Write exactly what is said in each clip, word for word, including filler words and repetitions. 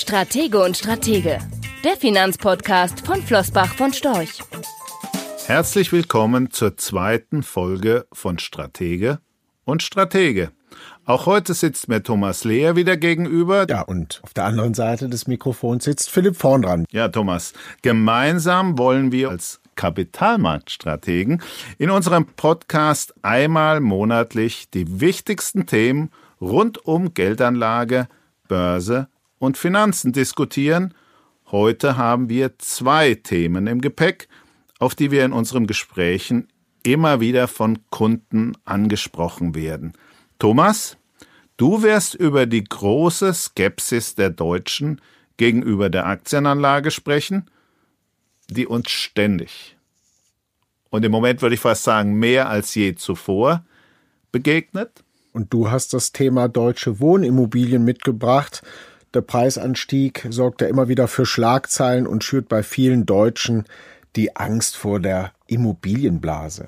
Stratege und Stratege, der Finanzpodcast von Flossbach von Storch. Herzlich willkommen zur zweiten Folge von Stratege und Stratege. Auch heute sitzt mir Thomas Lehr wieder gegenüber. Ja, und auf der anderen Seite des Mikrofons sitzt Philipp Vorndran. Ja, Thomas, gemeinsam wollen wir als Kapitalmarktstrategen in unserem Podcast einmal monatlich die wichtigsten Themen rund um Geldanlage, Börse und Finanzen diskutieren. Heute haben wir zwei Themen im Gepäck, auf die wir in unseren Gesprächen immer wieder von Kunden angesprochen werden. Thomas, du wirst über die große Skepsis der Deutschen gegenüber der Aktienanlage sprechen, die uns ständig und im Moment würde ich fast sagen mehr als je zuvor begegnet. Und du hast das Thema deutsche Wohnimmobilien mitgebracht. Der Preisanstieg sorgt ja immer wieder für Schlagzeilen und schürt bei vielen Deutschen die Angst vor der Immobilienblase.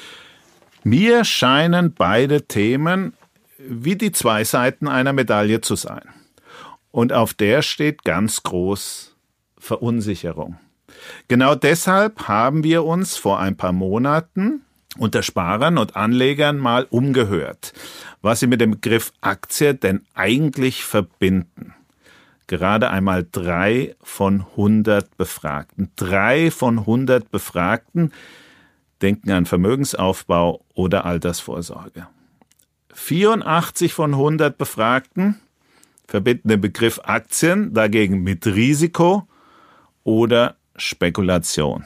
Mir scheinen beide Themen wie die zwei Seiten einer Medaille zu sein. Und auf der steht ganz groß Verunsicherung. Genau deshalb haben wir uns vor ein paar Monaten unter Sparern und Anlegern mal umgehört, was sie mit dem Begriff Aktie denn eigentlich verbinden. Gerade einmal drei von hundert Befragten. Drei von hundert Befragten denken an Vermögensaufbau oder Altersvorsorge. vierundachtzig von hundert Befragten verbinden den Begriff Aktien dagegen mit Risiko oder Spekulation.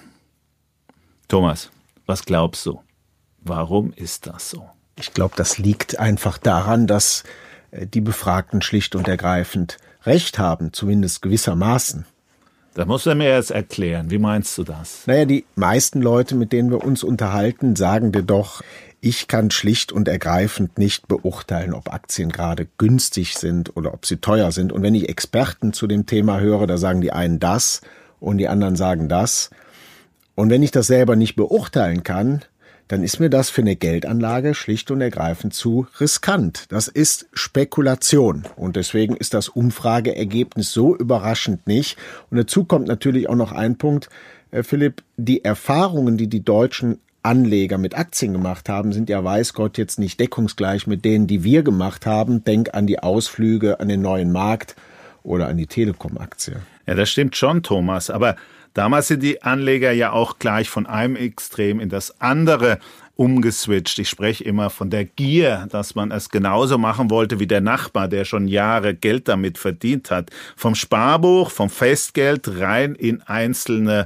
Thomas, was glaubst du? Warum ist das so? Ich glaube, das liegt einfach daran, dass die Befragten schlicht und ergreifend Recht haben, zumindest gewissermaßen. Da musst du mir jetzt erklären. Wie meinst du das? Naja, die meisten Leute, mit denen wir uns unterhalten, sagen dir doch, ich kann schlicht und ergreifend nicht beurteilen, ob Aktien gerade günstig sind oder ob sie teuer sind. Und wenn ich Experten zu dem Thema höre, da sagen die einen das und die anderen sagen das. Und wenn ich das selber nicht beurteilen kann, dann ist mir das für eine Geldanlage schlicht und ergreifend zu riskant. Das ist Spekulation und deswegen ist das Umfrageergebnis so überraschend nicht. Und dazu kommt natürlich auch noch ein Punkt, äh, Philipp, die Erfahrungen, die die deutschen Anleger mit Aktien gemacht haben, sind ja weiß Gott jetzt nicht deckungsgleich mit denen, die wir gemacht haben. Denk an die Ausflüge, an den neuen Markt oder an die Telekom-Aktie. Ja, das stimmt schon, Thomas, aber damals sind die Anleger ja auch gleich von einem Extrem in das andere umgeswitcht. Ich spreche immer von der Gier, dass man es genauso machen wollte wie der Nachbar, der schon Jahre Geld damit verdient hat. Vom Sparbuch, vom Festgeld rein in einzelne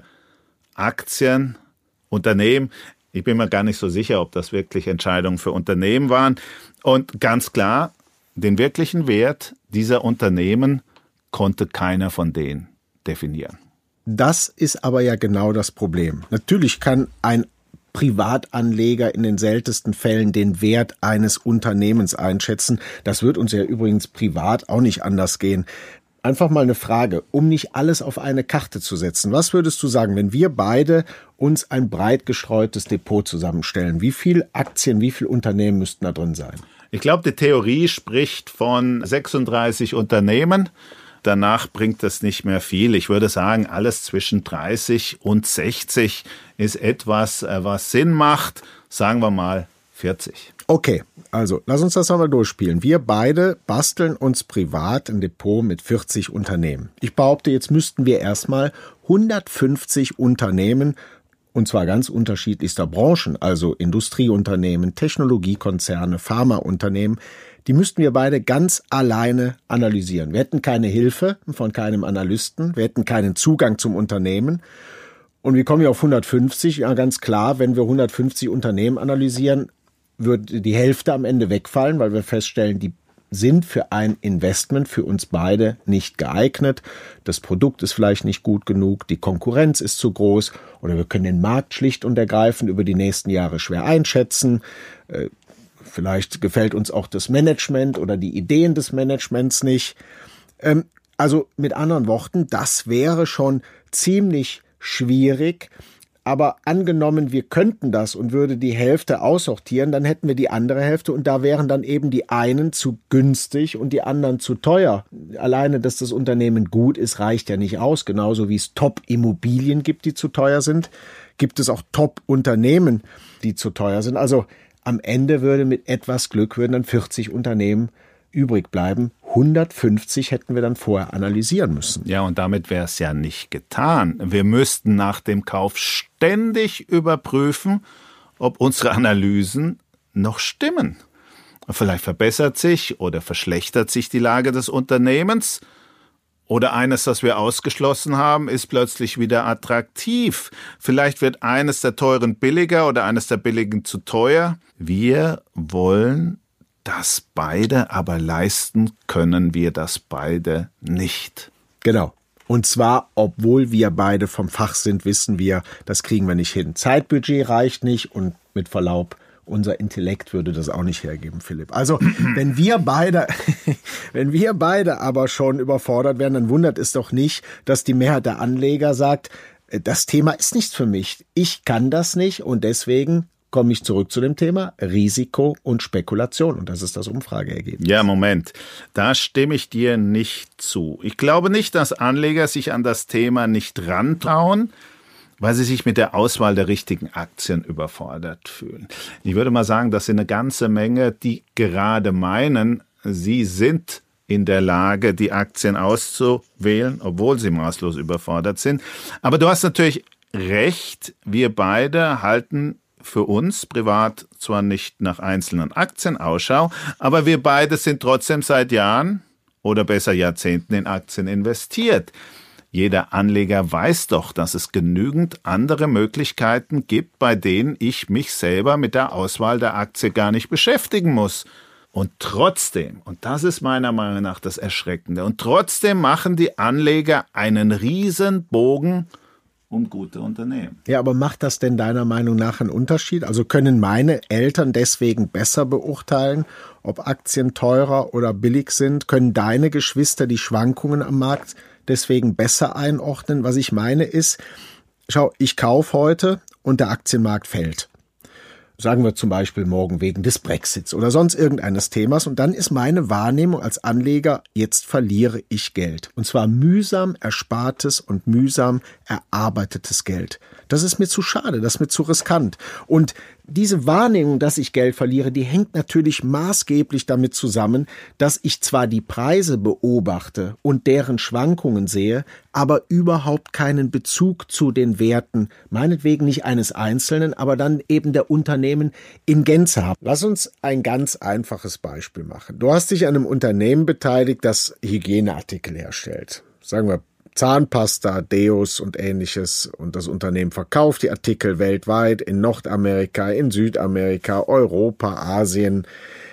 Aktien, Unternehmen. Ich bin mir gar nicht so sicher, ob das wirklich Entscheidungen für Unternehmen waren. Und ganz klar, den wirklichen Wert dieser Unternehmen konnte keiner von denen definieren. Das ist aber ja genau das Problem. Natürlich kann ein Privatanleger in den seltensten Fällen den Wert eines Unternehmens einschätzen. Das wird uns ja übrigens privat auch nicht anders gehen. Einfach mal eine Frage, um nicht alles auf eine Karte zu setzen. Was würdest du sagen, wenn wir beide uns ein breit gestreutes Depot zusammenstellen? Wie viel Aktien, wie viel Unternehmen müssten da drin sein? Ich glaube, die Theorie spricht von sechsunddreißig Unternehmen. Danach bringt das nicht mehr viel. Ich würde sagen, alles zwischen dreißig und sechzig ist etwas, was Sinn macht. Sagen wir mal vierzig. Okay, also lass uns das einmal durchspielen. Wir beide basteln uns privat ein Depot mit vierzig Unternehmen. Ich behaupte, jetzt müssten wir erstmal hundertfünfzig Unternehmen, und zwar ganz unterschiedlichster Branchen, also Industrieunternehmen, Technologiekonzerne, Pharmaunternehmen, die müssten wir beide ganz alleine analysieren. Wir hätten keine Hilfe von keinem Analysten, wir hätten keinen Zugang zum Unternehmen. Und wie kommen wir auf hundertfünfzig? Ja, ganz klar, wenn wir hundertfünfzig Unternehmen analysieren, würde die Hälfte am Ende wegfallen, weil wir feststellen, die sind für ein Investment für uns beide nicht geeignet. Das Produkt ist vielleicht nicht gut genug, die Konkurrenz ist zu groß oder wir können den Markt schlicht und ergreifend über die nächsten Jahre schwer einschätzen. Vielleicht gefällt uns auch das Management oder die Ideen des Managements nicht. Also mit anderen Worten, das wäre schon ziemlich schwierig, Aber angenommen, wir könnten das und würde die Hälfte aussortieren, dann hätten wir die andere Hälfte und da wären dann eben die einen zu günstig und die anderen zu teuer. Alleine, dass das Unternehmen gut ist, reicht ja nicht aus. Genauso wie es Top-Immobilien gibt, die zu teuer sind, gibt es auch Top-Unternehmen, die zu teuer sind. Also am Ende würde mit etwas Glück würden dann vierzig Unternehmen übrig bleiben. hundertfünfzig hätten wir dann vorher analysieren müssen. Ja, und damit wäre es ja nicht getan. Wir müssten nach dem Kauf ständig überprüfen, ob unsere Analysen noch stimmen. Vielleicht verbessert sich oder verschlechtert sich die Lage des Unternehmens. Oder eines, das wir ausgeschlossen haben, ist plötzlich wieder attraktiv. Vielleicht wird eines der teuren billiger oder eines der billigen zu teuer. Wir wollen das beide, aber leisten können wir das beide nicht. Genau. Und zwar, obwohl wir beide vom Fach sind, wissen wir, das kriegen wir nicht hin. Zeitbudget reicht nicht und mit Verlaub, unser Intellekt würde das auch nicht hergeben, Philipp. Also, wenn wir beide, wenn wir beide aber schon überfordert werden, dann wundert es doch nicht, dass die Mehrheit der Anleger sagt, das Thema ist nichts für mich. Ich kann das nicht und deswegen komme ich zurück zu dem Thema Risiko und Spekulation. Und das ist das Umfrageergebnis. Ja, Moment. Da stimme ich dir nicht zu. Ich glaube nicht, dass Anleger sich an das Thema nicht rantrauen, weil sie sich mit der Auswahl der richtigen Aktien überfordert fühlen. Ich würde mal sagen, das sind eine ganze Menge, die gerade meinen, sie sind in der Lage, die Aktien auszuwählen, obwohl sie maßlos überfordert sind. Aber du hast natürlich recht, wir beide halten für uns privat zwar nicht nach einzelnen Aktien Ausschau, aber wir beide sind trotzdem seit Jahren oder besser Jahrzehnten in Aktien investiert. Jeder Anleger weiß doch, dass es genügend andere Möglichkeiten gibt, bei denen ich mich selber mit der Auswahl der Aktie gar nicht beschäftigen muss. Und trotzdem, und das ist meiner Meinung nach das Erschreckende, und trotzdem machen die Anleger einen riesen Bogen um gute Unternehmen. Ja, aber macht das denn deiner Meinung nach einen Unterschied? Also können meine Eltern deswegen besser beurteilen, ob Aktien teurer oder billig sind? Können deine Geschwister die Schwankungen am Markt deswegen besser einordnen? Was ich meine ist, schau, ich kaufe heute und der Aktienmarkt fällt. Sagen wir zum Beispiel morgen wegen des Brexits oder sonst irgendeines Themas. Und dann ist meine Wahrnehmung als Anleger, jetzt verliere ich Geld. Und zwar mühsam erspartes und mühsam erarbeitetes Geld. Das ist mir zu schade, das ist mir zu riskant. Und diese Wahrnehmung, dass ich Geld verliere, die hängt natürlich maßgeblich damit zusammen, dass ich zwar die Preise beobachte und deren Schwankungen sehe, aber überhaupt keinen Bezug zu den Werten, meinetwegen nicht eines Einzelnen, aber dann eben der Unternehmen in Gänze habe. Lass uns ein ganz einfaches Beispiel machen. Du hast dich an einem Unternehmen beteiligt, das Hygieneartikel herstellt. Sagen wir Zahnpasta, Deos und Ähnliches, und das Unternehmen verkauft die Artikel weltweit, in Nordamerika, in Südamerika, Europa, Asien.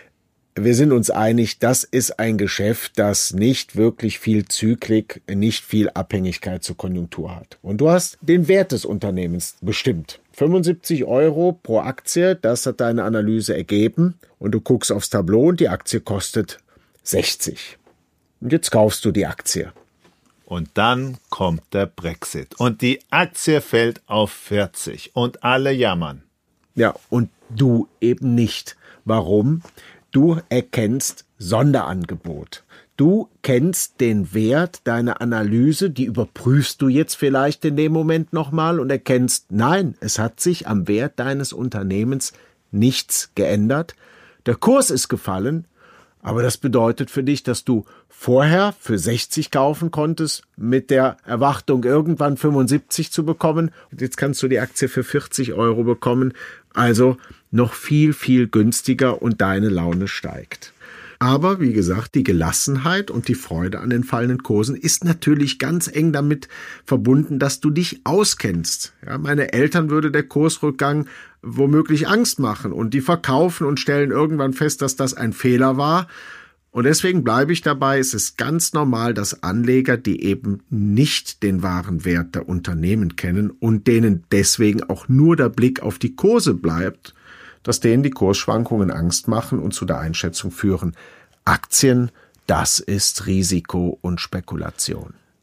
Wir sind uns einig, das ist ein Geschäft, das nicht wirklich viel Zyklik, nicht viel Abhängigkeit zur Konjunktur hat. Und du hast den Wert des Unternehmens bestimmt. fünfundsiebzig Euro pro Aktie, das hat deine Analyse ergeben. Und du guckst aufs Tableau und die Aktie kostet sechzig. Und jetzt kaufst du die Aktie. Und dann kommt der Brexit. Und die Aktie fällt auf vierzig. Und alle jammern. Ja, und du eben nicht. Warum? Du erkennst Sonderangebot. Du kennst den Wert deiner Analyse, die überprüfst du jetzt vielleicht in dem Moment nochmal und erkennst, nein, es hat sich am Wert deines Unternehmens nichts geändert. Der Kurs ist gefallen, aber das bedeutet für dich, dass du vorher für sechzig kaufen konntest, mit der Erwartung, irgendwann fünfundsiebzig zu bekommen. Und jetzt kannst du die Aktie für vierzig Euro bekommen. Also noch viel, viel günstiger und deine Laune steigt. Aber wie gesagt, die Gelassenheit und die Freude an den fallenden Kursen ist natürlich ganz eng damit verbunden, dass du dich auskennst. Ja, meine Eltern würde der Kursrückgang womöglich Angst machen und die verkaufen und stellen irgendwann fest, dass das ein Fehler war. Und deswegen bleibe ich dabei, es ist ganz normal, dass Anleger, die eben nicht den wahren Wert der Unternehmen kennen und denen deswegen auch nur der Blick auf die Kurse bleibt, dass denen die Kursschwankungen Angst machen und zu der Einschätzung führen, Aktien, das ist Risiko und Spekulation.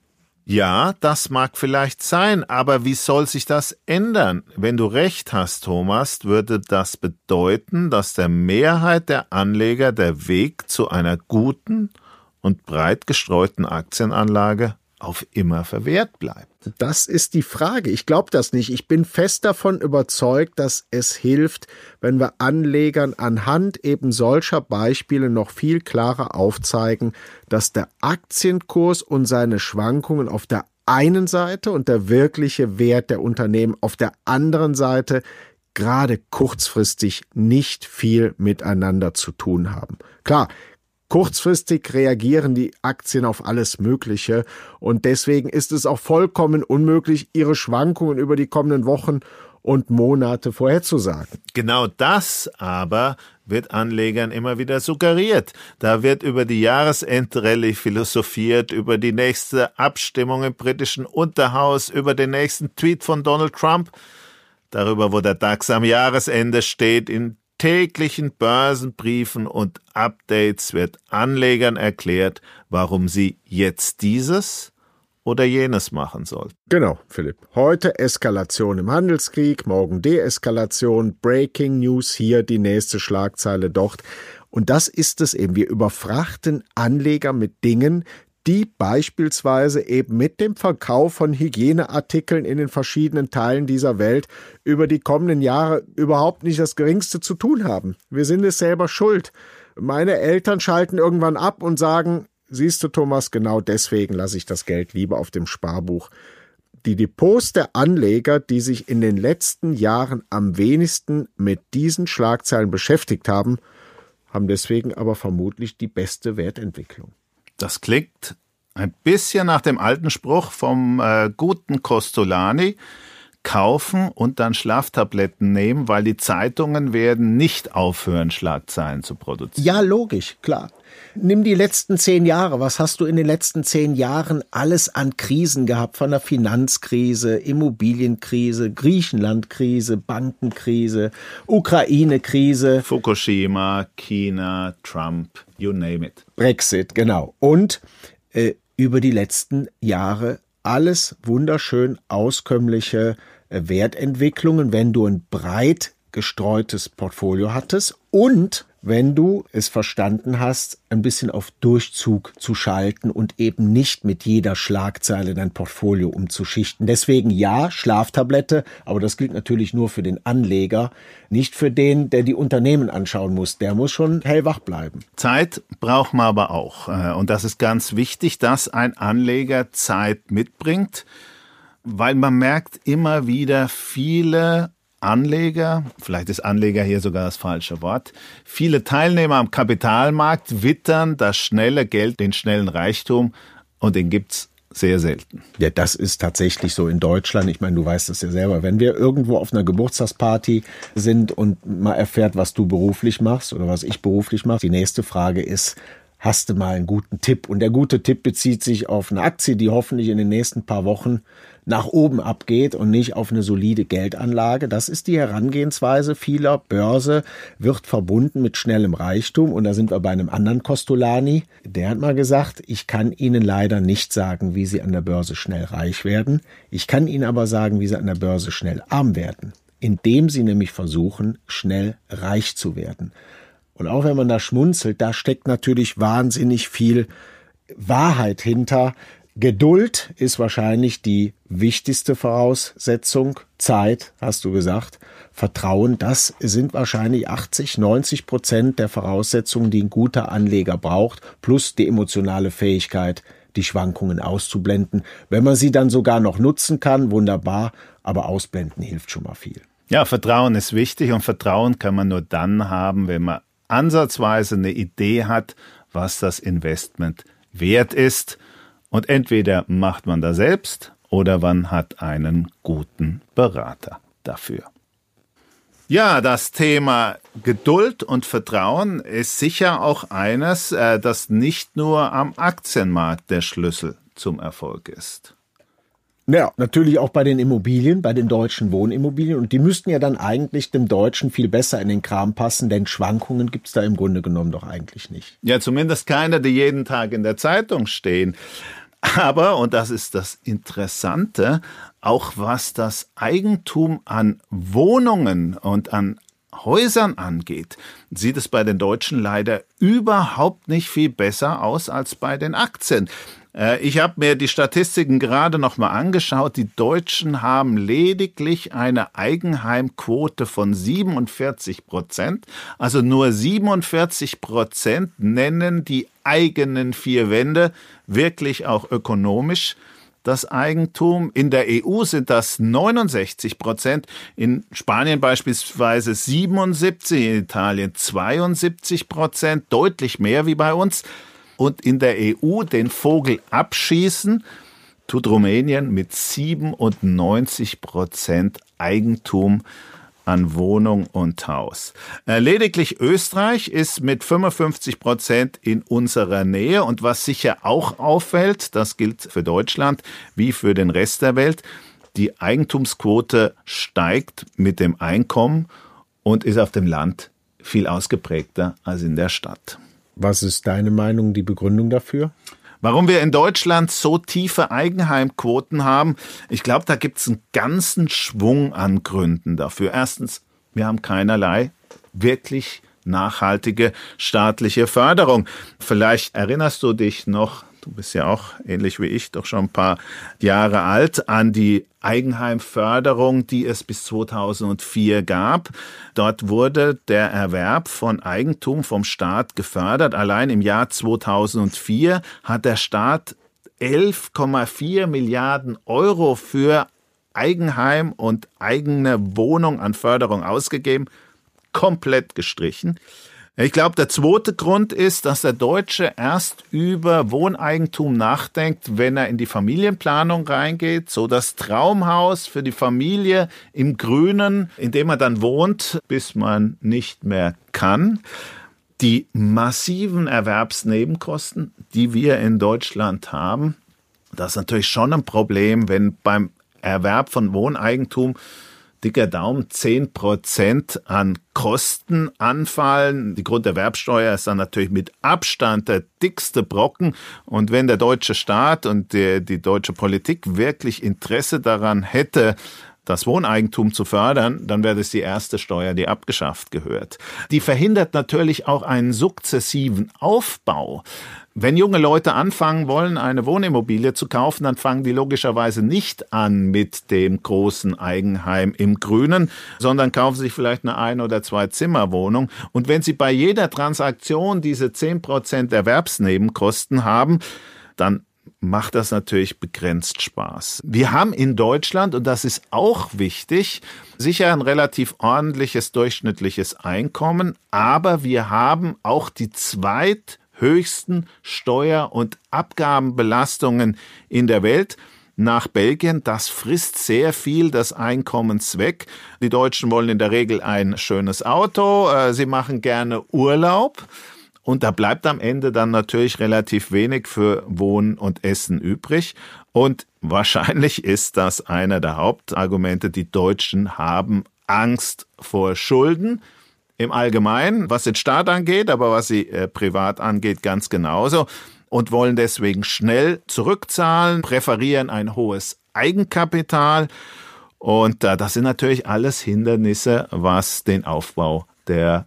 Ja, das mag vielleicht sein, aber wie soll sich das ändern? Wenn du recht hast, Thomas, würde das bedeuten, dass der Mehrheit der Anleger der Weg zu einer guten und breit gestreuten Aktienanlage auf immer verwehrt bleibt. Das ist die Frage. Ich glaube das nicht. Ich bin fest davon überzeugt, dass es hilft, wenn wir Anlegern anhand eben solcher Beispiele noch viel klarer aufzeigen, dass der Aktienkurs und seine Schwankungen auf der einen Seite und der wirkliche Wert der Unternehmen auf der anderen Seite gerade kurzfristig nicht viel miteinander zu tun haben. Klar, kurzfristig reagieren die Aktien auf alles Mögliche und deswegen ist es auch vollkommen unmöglich, ihre Schwankungen über die kommenden Wochen und Monate vorherzusagen. Genau das aber wird Anlegern immer wieder suggeriert. Da wird über die Jahresendrallye philosophiert, über die nächste Abstimmung im britischen Unterhaus, über den nächsten Tweet von Donald Trump, darüber, wo der DAX am Jahresende steht. In täglichen Börsenbriefen und Updates wird Anlegern erklärt, warum sie jetzt dieses oder jenes machen sollten. Genau, Philipp. Heute Eskalation im Handelskrieg, morgen Deeskalation, Breaking News hier, die nächste Schlagzeile dort. Und das ist es eben. Wir überfrachten Anleger mit Dingen, die beispielsweise eben mit dem Verkauf von Hygieneartikeln in den verschiedenen Teilen dieser Welt über die kommenden Jahre überhaupt nicht das Geringste zu tun haben. Wir sind es selber schuld. Meine Eltern schalten irgendwann ab und sagen, siehst du, Thomas, genau deswegen lasse ich das Geld lieber auf dem Sparbuch. Die Depots der Anleger, die sich in den letzten Jahren am wenigsten mit diesen Schlagzeilen beschäftigt haben, haben deswegen aber vermutlich die beste Wertentwicklung. Das klingt ein bisschen nach dem alten Spruch vom äh, guten Kostolani: kaufen und dann Schlaftabletten nehmen, weil die Zeitungen werden nicht aufhören, Schlagzeilen zu produzieren. Ja, logisch, klar. Nimm die letzten zehn Jahre. Was hast du in den letzten zehn Jahren alles an Krisen gehabt? Von der Finanzkrise, Immobilienkrise, Griechenlandkrise, Bankenkrise, Ukraine-Krise. Fukushima, China, Trump, you name it. Brexit, genau. Und äh, über die letzten Jahre alles wunderschön auskömmliche äh, Wertentwicklungen, wenn du ein breit gestreutes Portfolio hattest und wenn du es verstanden hast, ein bisschen auf Durchzug zu schalten und eben nicht mit jeder Schlagzeile dein Portfolio umzuschichten. Deswegen ja, Schlaftablette, aber das gilt natürlich nur für den Anleger, nicht für den, der die Unternehmen anschauen muss. Der muss schon hellwach bleiben. Zeit braucht man aber auch. Und das ist ganz wichtig, dass ein Anleger Zeit mitbringt, weil man merkt immer wieder, viele Anleger, vielleicht ist Anleger hier sogar das falsche Wort, viele Teilnehmer am Kapitalmarkt wittern das schnelle Geld, den schnellen Reichtum, und den gibt's sehr selten. Ja, das ist tatsächlich so in Deutschland. Ich meine, du weißt es ja selber. Wenn wir irgendwo auf einer Geburtstagsparty sind und man erfährt, was du beruflich machst oder was ich beruflich mache, die nächste Frage ist, hast du mal einen guten Tipp? Und der gute Tipp bezieht sich auf eine Aktie, die hoffentlich in den nächsten paar Wochen nach oben abgeht und nicht auf eine solide Geldanlage. Das ist die Herangehensweise vieler. Börse wird verbunden mit schnellem Reichtum. Und da sind wir bei einem anderen Kostolani. Der hat mal gesagt, ich kann Ihnen leider nicht sagen, wie Sie an der Börse schnell reich werden. Ich kann Ihnen aber sagen, wie Sie an der Börse schnell arm werden. Indem Sie nämlich versuchen, schnell reich zu werden. Und auch wenn man da schmunzelt, da steckt natürlich wahnsinnig viel Wahrheit hinter. Geduld ist wahrscheinlich die wichtigste Voraussetzung. Zeit, hast du gesagt. Vertrauen, das sind wahrscheinlich achtzig, neunzig Prozent der Voraussetzungen, die ein guter Anleger braucht, plus die emotionale Fähigkeit, die Schwankungen auszublenden. Wenn man sie dann sogar noch nutzen kann, wunderbar, aber ausblenden hilft schon mal viel. Ja, Vertrauen ist wichtig, und Vertrauen kann man nur dann haben, wenn man ansatzweise eine Idee hat, was das Investment wert ist. Und entweder macht man das selbst oder man hat einen guten Berater dafür. Ja, das Thema Geduld und Vertrauen ist sicher auch eines, das nicht nur am Aktienmarkt der Schlüssel zum Erfolg ist. Ja, natürlich auch bei den Immobilien, bei den deutschen Wohnimmobilien. Und die müssten ja dann eigentlich dem Deutschen viel besser in den Kram passen, denn Schwankungen gibt's da im Grunde genommen doch eigentlich nicht. Ja, zumindest keine, die jeden Tag in der Zeitung stehen. Aber, und das ist das Interessante, auch was das Eigentum an Wohnungen und an Häusern angeht, sieht es bei den Deutschen leider überhaupt nicht viel besser aus als bei den Aktien. Ich habe mir die Statistiken gerade noch mal angeschaut. Die Deutschen haben lediglich eine Eigenheimquote von siebenundvierzig Prozent. Also nur siebenundvierzig Prozent nennen die eigenen vier Wände wirklich auch ökonomisch das Eigentum. In der E U sind das neunundsechzig Prozent, in Spanien beispielsweise siebenundsiebzig, in Italien zweiundsiebzig Prozent, deutlich mehr wie bei uns. Und in der E U den Vogel abschießen tut Rumänien mit siebenundneunzig Prozent Eigentum an Wohnung und Haus. Äh, lediglich Österreich ist mit fünfundfünfzig Prozent in unserer Nähe. Und was sicher auch auffällt, das gilt für Deutschland wie für den Rest der Welt, die Eigentumsquote steigt mit dem Einkommen und ist auf dem Land viel ausgeprägter als in der Stadt. Was ist deine Meinung, die Begründung dafür? Warum wir in Deutschland so tiefe Eigenheimquoten haben, ich glaube, da gibt es einen ganzen Schwung an Gründen dafür. Erstens, wir haben keinerlei wirklich nachhaltige staatliche Förderung. Vielleicht erinnerst du dich noch, du bist ja auch ähnlich wie ich, doch schon ein paar Jahre alt, an die Eigenheimförderung, die es bis zweitausendvier gab. Dort wurde der Erwerb von Eigentum vom Staat gefördert. Allein im Jahr zweitausendvier hat der Staat elf Komma vier Milliarden Euro für Eigenheim und eigene Wohnung an Förderung ausgegeben. Komplett gestrichen. Ich glaube, der zweite Grund ist, dass der Deutsche erst über Wohneigentum nachdenkt, wenn er in die Familienplanung reingeht. So das Traumhaus für die Familie im Grünen, in dem er dann wohnt, bis man nicht mehr kann. Die massiven Erwerbsnebenkosten, die wir in Deutschland haben, das ist natürlich schon ein Problem, wenn beim Erwerb von Wohneigentum dicker Daumen, zehn Prozent an Kosten anfallen. Die Grunderwerbsteuer ist dann natürlich mit Abstand der dickste Brocken. Und wenn der deutsche Staat und die, die deutsche Politik wirklich Interesse daran hätte, das Wohneigentum zu fördern, dann wäre das die erste Steuer, die abgeschafft gehört. Die verhindert natürlich auch einen sukzessiven Aufbau. Wenn junge Leute anfangen wollen, eine Wohnimmobilie zu kaufen, dann fangen die logischerweise nicht an mit dem großen Eigenheim im Grünen, sondern kaufen sich vielleicht eine Ein- oder Zwei-Zimmer-Wohnung. Und wenn sie bei jeder Transaktion diese zehn Prozent Erwerbsnebenkosten haben, dann macht das natürlich begrenzt Spaß. Wir haben in Deutschland, und das ist auch wichtig, sicher ein relativ ordentliches durchschnittliches Einkommen, aber wir haben auch die zweithöchsten Steuer- und Abgabenbelastungen in der Welt. Nach Belgien, das frisst sehr viel des Einkommens weg. Die Deutschen wollen in der Regel ein schönes Auto, sie machen gerne Urlaub. Und da bleibt am Ende dann natürlich relativ wenig für Wohnen und Essen übrig. Und wahrscheinlich ist das einer der Hauptargumente. Die Deutschen haben Angst vor Schulden im Allgemeinen, was den Staat angeht, aber was sie äh, privat angeht, ganz genauso. Und wollen deswegen schnell zurückzahlen, präferieren ein hohes Eigenkapital. Und äh, das sind natürlich alles Hindernisse, was den Aufbau der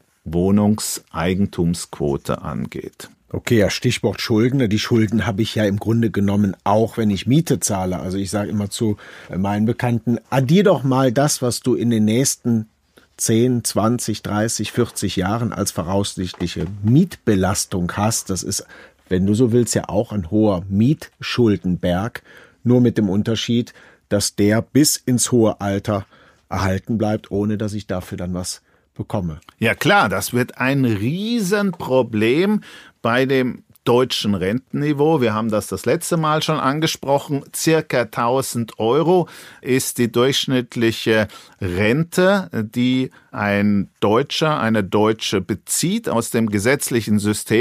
Wohnungseigentumsquote angeht. Okay, ja, Stichwort Schulden. Die Schulden habe ich ja im Grunde genommen auch, wenn ich Miete zahle. Also ich sage immer zu meinen Bekannten, addier doch mal das, was du in den nächsten zehn, zwanzig, dreißig, vierzig Jahren als voraussichtliche Mietbelastung hast. Das ist, wenn du so willst, ja auch ein hoher Mietschuldenberg, nur mit dem Unterschied, dass der bis ins hohe Alter erhalten bleibt, ohne dass ich dafür dann was bekomme. Ja klar, das wird ein Riesenproblem bei dem deutschen Rentenniveau. Wir haben das das letzte Mal schon angesprochen. Circa tausend Euro ist die durchschnittliche Rente, die ein Deutscher, eine Deutsche bezieht aus dem gesetzlichen System,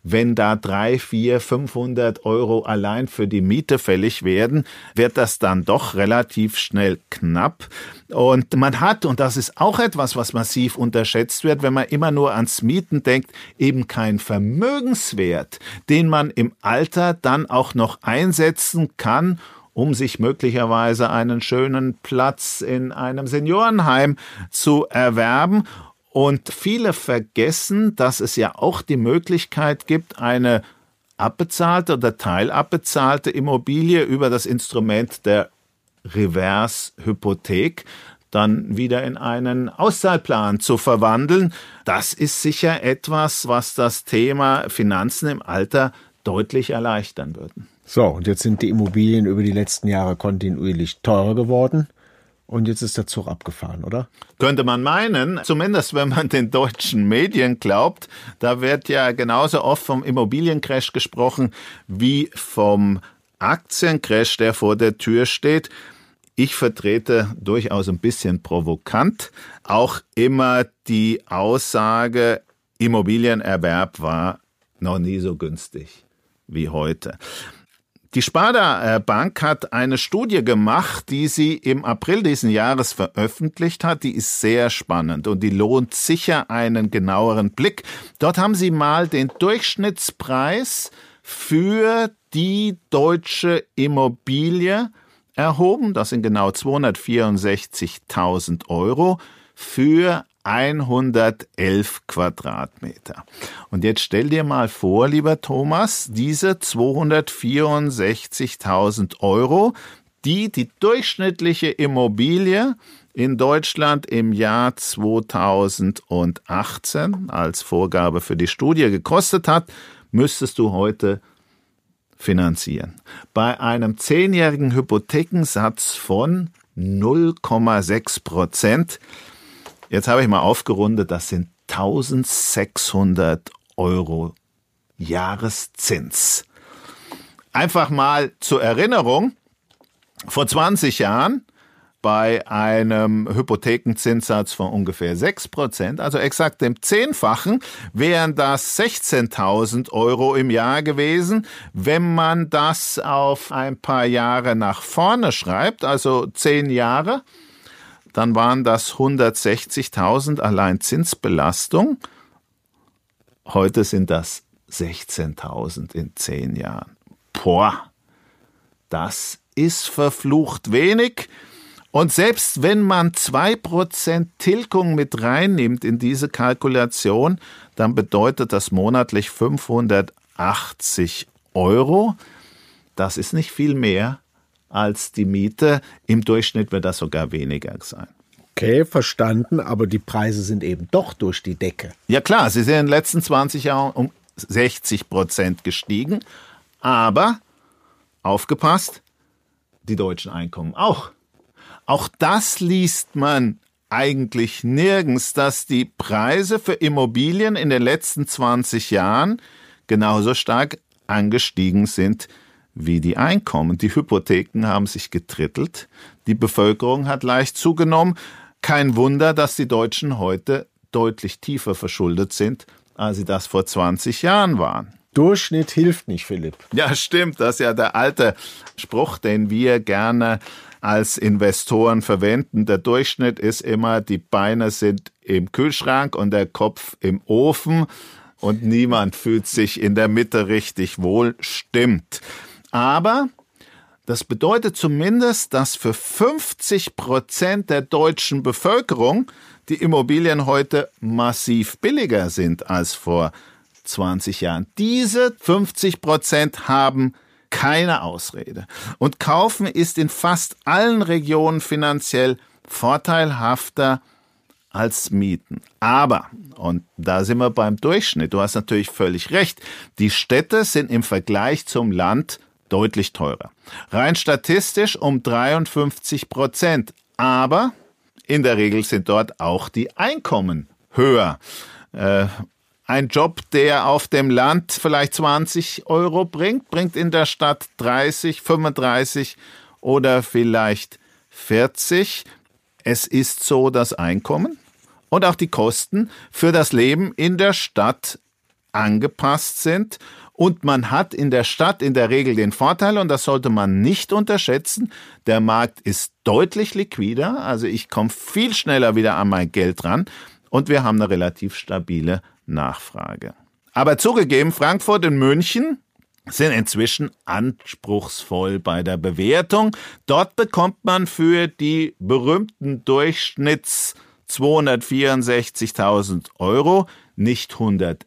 wenn da drei, vier, fünfhundert Euro allein für die Miete fällig werden, wird das dann doch relativ schnell knapp. Und man hat, und das ist auch etwas, was massiv unterschätzt wird, wenn man immer nur ans Mieten denkt, eben kein Vermögenswert, den man im Alter dann auch noch einsetzen kann, um sich möglicherweise einen schönen Platz in einem Seniorenheim zu erwerben. Und viele vergessen, dass es ja auch die Möglichkeit gibt, eine abbezahlte oder teilabbezahlte Immobilie über das Instrument der Reverse-Hypothek dann wieder in einen Auszahlplan zu verwandeln. Das ist sicher etwas, was das Thema Finanzen im Alter deutlich erleichtern würden. So, und jetzt sind die Immobilien über die letzten Jahre kontinuierlich teurer geworden. Und jetzt ist der Zug abgefahren, oder? Könnte man meinen, zumindest wenn man den deutschen Medien glaubt. Da wird ja genauso oft vom Immobiliencrash gesprochen wie vom Aktiencrash, der vor der Tür steht. Ich vertrete durchaus ein bisschen provokant auch immer die Aussage, Immobilienerwerb war noch nie so günstig wie heute. Die Sparda Bank hat eine Studie gemacht, die sie im April diesen Jahres veröffentlicht hat. Die ist sehr spannend und die lohnt sicher einen genaueren Blick. Dort haben sie mal den Durchschnittspreis für die deutsche Immobilie erhoben. Das sind genau zweihundertvierundsechzigtausend Euro für hundertelf Quadratmeter. Und jetzt stell dir mal vor, lieber Thomas, diese zweihundertvierundsechzigtausend Euro, die die durchschnittliche Immobilie in Deutschland im Jahr zweitausendachtzehn als Vorgabe für die Studie gekostet hat, müsstest du heute finanzieren. Bei einem zehnjährigen Hypothekensatz von null Komma sechs Prozent. Jetzt habe ich mal aufgerundet, das sind eintausendsechshundert Euro Jahreszins. Einfach mal zur Erinnerung, vor zwanzig Jahren bei einem Hypothekenzinssatz von ungefähr sechs Prozent, also exakt dem Zehnfachen, wären das sechzehntausend Euro im Jahr gewesen. Wenn man das auf ein paar Jahre nach vorne schreibt, also zehn Jahre, dann waren das hundertsechzigtausend allein Zinsbelastung. Heute sind das sechzehntausend in zehn Jahren. Boah, das ist verflucht wenig. Und selbst wenn man zwei Prozent Tilgung mit reinnimmt in diese Kalkulation, dann bedeutet das monatlich fünfhundertachtzig Euro. Das ist nicht viel mehr als die Miete. Im Durchschnitt wird das sogar weniger sein. Okay, verstanden, aber die Preise sind eben doch durch die Decke. Ja klar, sie sind in den letzten zwanzig Jahren um sechzig Prozent gestiegen, aber aufgepasst, die deutschen Einkommen auch. Auch das liest man eigentlich nirgends, dass die Preise für Immobilien in den letzten zwanzig Jahren genauso stark angestiegen sind wie die Einkommen. Die Hypotheken haben sich getrittelt, die Bevölkerung hat leicht zugenommen. Kein Wunder, dass die Deutschen heute deutlich tiefer verschuldet sind, als sie das vor zwanzig Jahren waren. Durchschnitt hilft nicht, Philipp. Ja, stimmt. Das ist ja der alte Spruch, den wir gerne als Investoren verwenden. Der Durchschnitt ist immer, die Beine sind im Kühlschrank und der Kopf im Ofen und niemand fühlt sich in der Mitte richtig wohl. Stimmt. Aber das bedeutet zumindest, dass für fünfzig Prozent der deutschen Bevölkerung die Immobilien heute massiv billiger sind als vor zwanzig Jahren. Diese fünfzig Prozent haben keine Ausrede. Und kaufen ist in fast allen Regionen finanziell vorteilhafter als Mieten. Aber, und da sind wir beim Durchschnitt, du hast natürlich völlig recht, die Städte sind im Vergleich zum Land deutlich teurer. Rein statistisch um dreiundfünfzig Prozent. Aber in der Regel sind dort auch die Einkommen höher. Äh, Ein Job, der auf dem Land vielleicht zwanzig Euro bringt, bringt in der Stadt dreißig, fünfunddreißig oder vielleicht vierzig. Es ist so, das Einkommen und auch die Kosten für das Leben in der Stadt angepasst sind. Und man hat in der Stadt in der Regel den Vorteil, und das sollte man nicht unterschätzen, der Markt ist deutlich liquider, also ich komme viel schneller wieder an mein Geld ran und wir haben eine relativ stabile Nachfrage. Aber zugegeben, Frankfurt und München sind inzwischen anspruchsvoll bei der Bewertung. Dort bekommt man für die berühmten Durchschnitts zweihundertvierundsechzigtausend Euro nicht hundertelf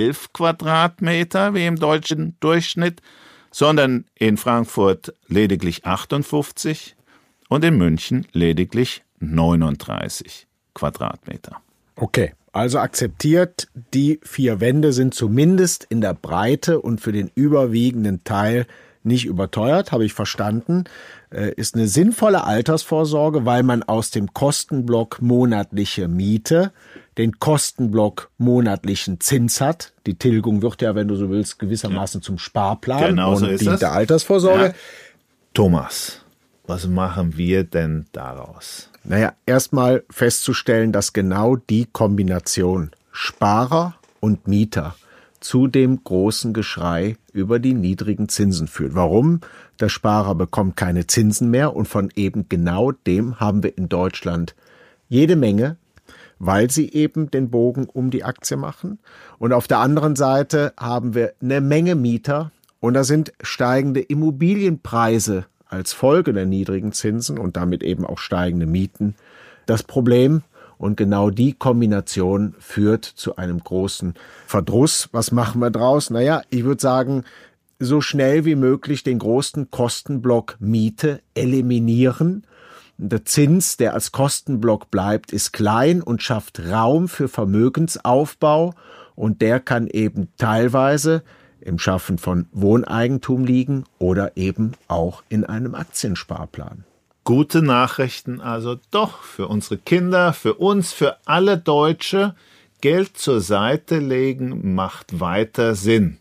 Quadratmeter wie im deutschen Durchschnitt, sondern in Frankfurt lediglich achtundfünfzig und in München lediglich neununddreißig Quadratmeter. Okay, also akzeptiert, die vier Wände sind zumindest in der Breite und für den überwiegenden Teil nicht überteuert, habe ich verstanden. Ist eine sinnvolle Altersvorsorge, weil man aus dem Kostenblock monatliche Miete den Kostenblock monatlichen Zins hat. Die Tilgung wird ja, wenn du so willst, gewissermaßen ja. zum Sparplan genau und so ist dient das. der Altersvorsorge. Ja. Thomas, was machen wir denn daraus? Naja, erstmal festzustellen, dass genau die Kombination Sparer und Mieter zu dem großen Geschrei über die niedrigen Zinsen führt. Warum? Der Sparer bekommt keine Zinsen mehr und von eben genau dem haben wir in Deutschland jede Menge, weil sie eben den Bogen um die Aktie machen. Und auf der anderen Seite haben wir eine Menge Mieter und da sind steigende Immobilienpreise als Folge der niedrigen Zinsen und damit eben auch steigende Mieten das Problem. Und genau die Kombination führt zu einem großen Verdruss. Was machen wir draus? Naja, ich würde sagen, so schnell wie möglich den großen Kostenblock Miete eliminieren. Der Zins, der als Kostenblock bleibt, ist klein und schafft Raum für Vermögensaufbau. Und der kann eben teilweise im Schaffen von Wohneigentum liegen oder eben auch in einem Aktiensparplan. Gute Nachrichten also doch für unsere Kinder, für uns, für alle Deutsche. Geld zur Seite legen macht weiter Sinn.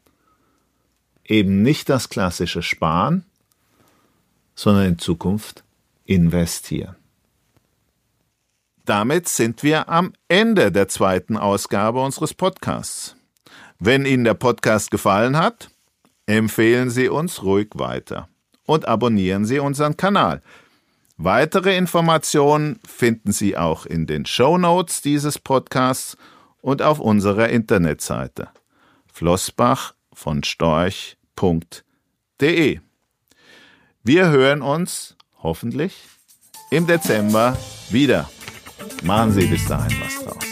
Eben nicht das klassische Sparen, sondern in Zukunft investieren. Damit sind wir am Ende der zweiten Ausgabe unseres Podcasts. Wenn Ihnen der Podcast gefallen hat, empfehlen Sie uns ruhig weiter und abonnieren Sie unseren Kanal. Weitere Informationen finden Sie auch in den Shownotes dieses Podcasts und auf unserer Internetseite flossbach von storch punkt de. Wir hören uns hoffentlich im Dezember wieder. Machen Sie bis dahin was draus.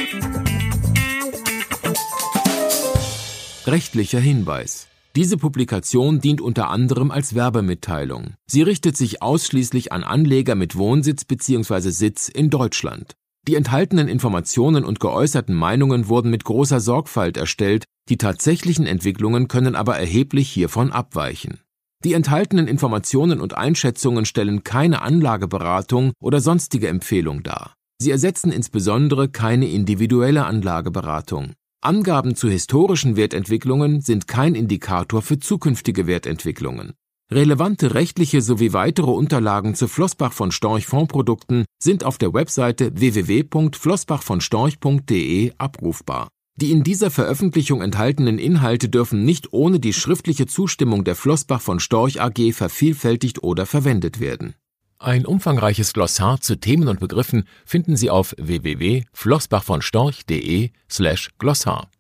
Rechtlicher Hinweis. Diese Publikation dient unter anderem als Werbemitteilung. Sie richtet sich ausschließlich an Anleger mit Wohnsitz bzw. Sitz in Deutschland. Die enthaltenen Informationen und geäußerten Meinungen wurden mit großer Sorgfalt erstellt, die tatsächlichen Entwicklungen können aber erheblich hiervon abweichen. Die enthaltenen Informationen und Einschätzungen stellen keine Anlageberatung oder sonstige Empfehlung dar. Sie ersetzen insbesondere keine individuelle Anlageberatung. Angaben zu historischen Wertentwicklungen sind kein Indikator für zukünftige Wertentwicklungen. Relevante rechtliche sowie weitere Unterlagen zu Flossbach von Storch Fondsprodukten sind auf der Webseite w w w punkt flossbach von storch punkt de abrufbar. Die in dieser Veröffentlichung enthaltenen Inhalte dürfen nicht ohne die schriftliche Zustimmung der Flossbach von Storch A G vervielfältigt oder verwendet werden. Ein umfangreiches Glossar zu Themen und Begriffen finden Sie auf w w w punkt flossbach von storch punkt de slash Glossar.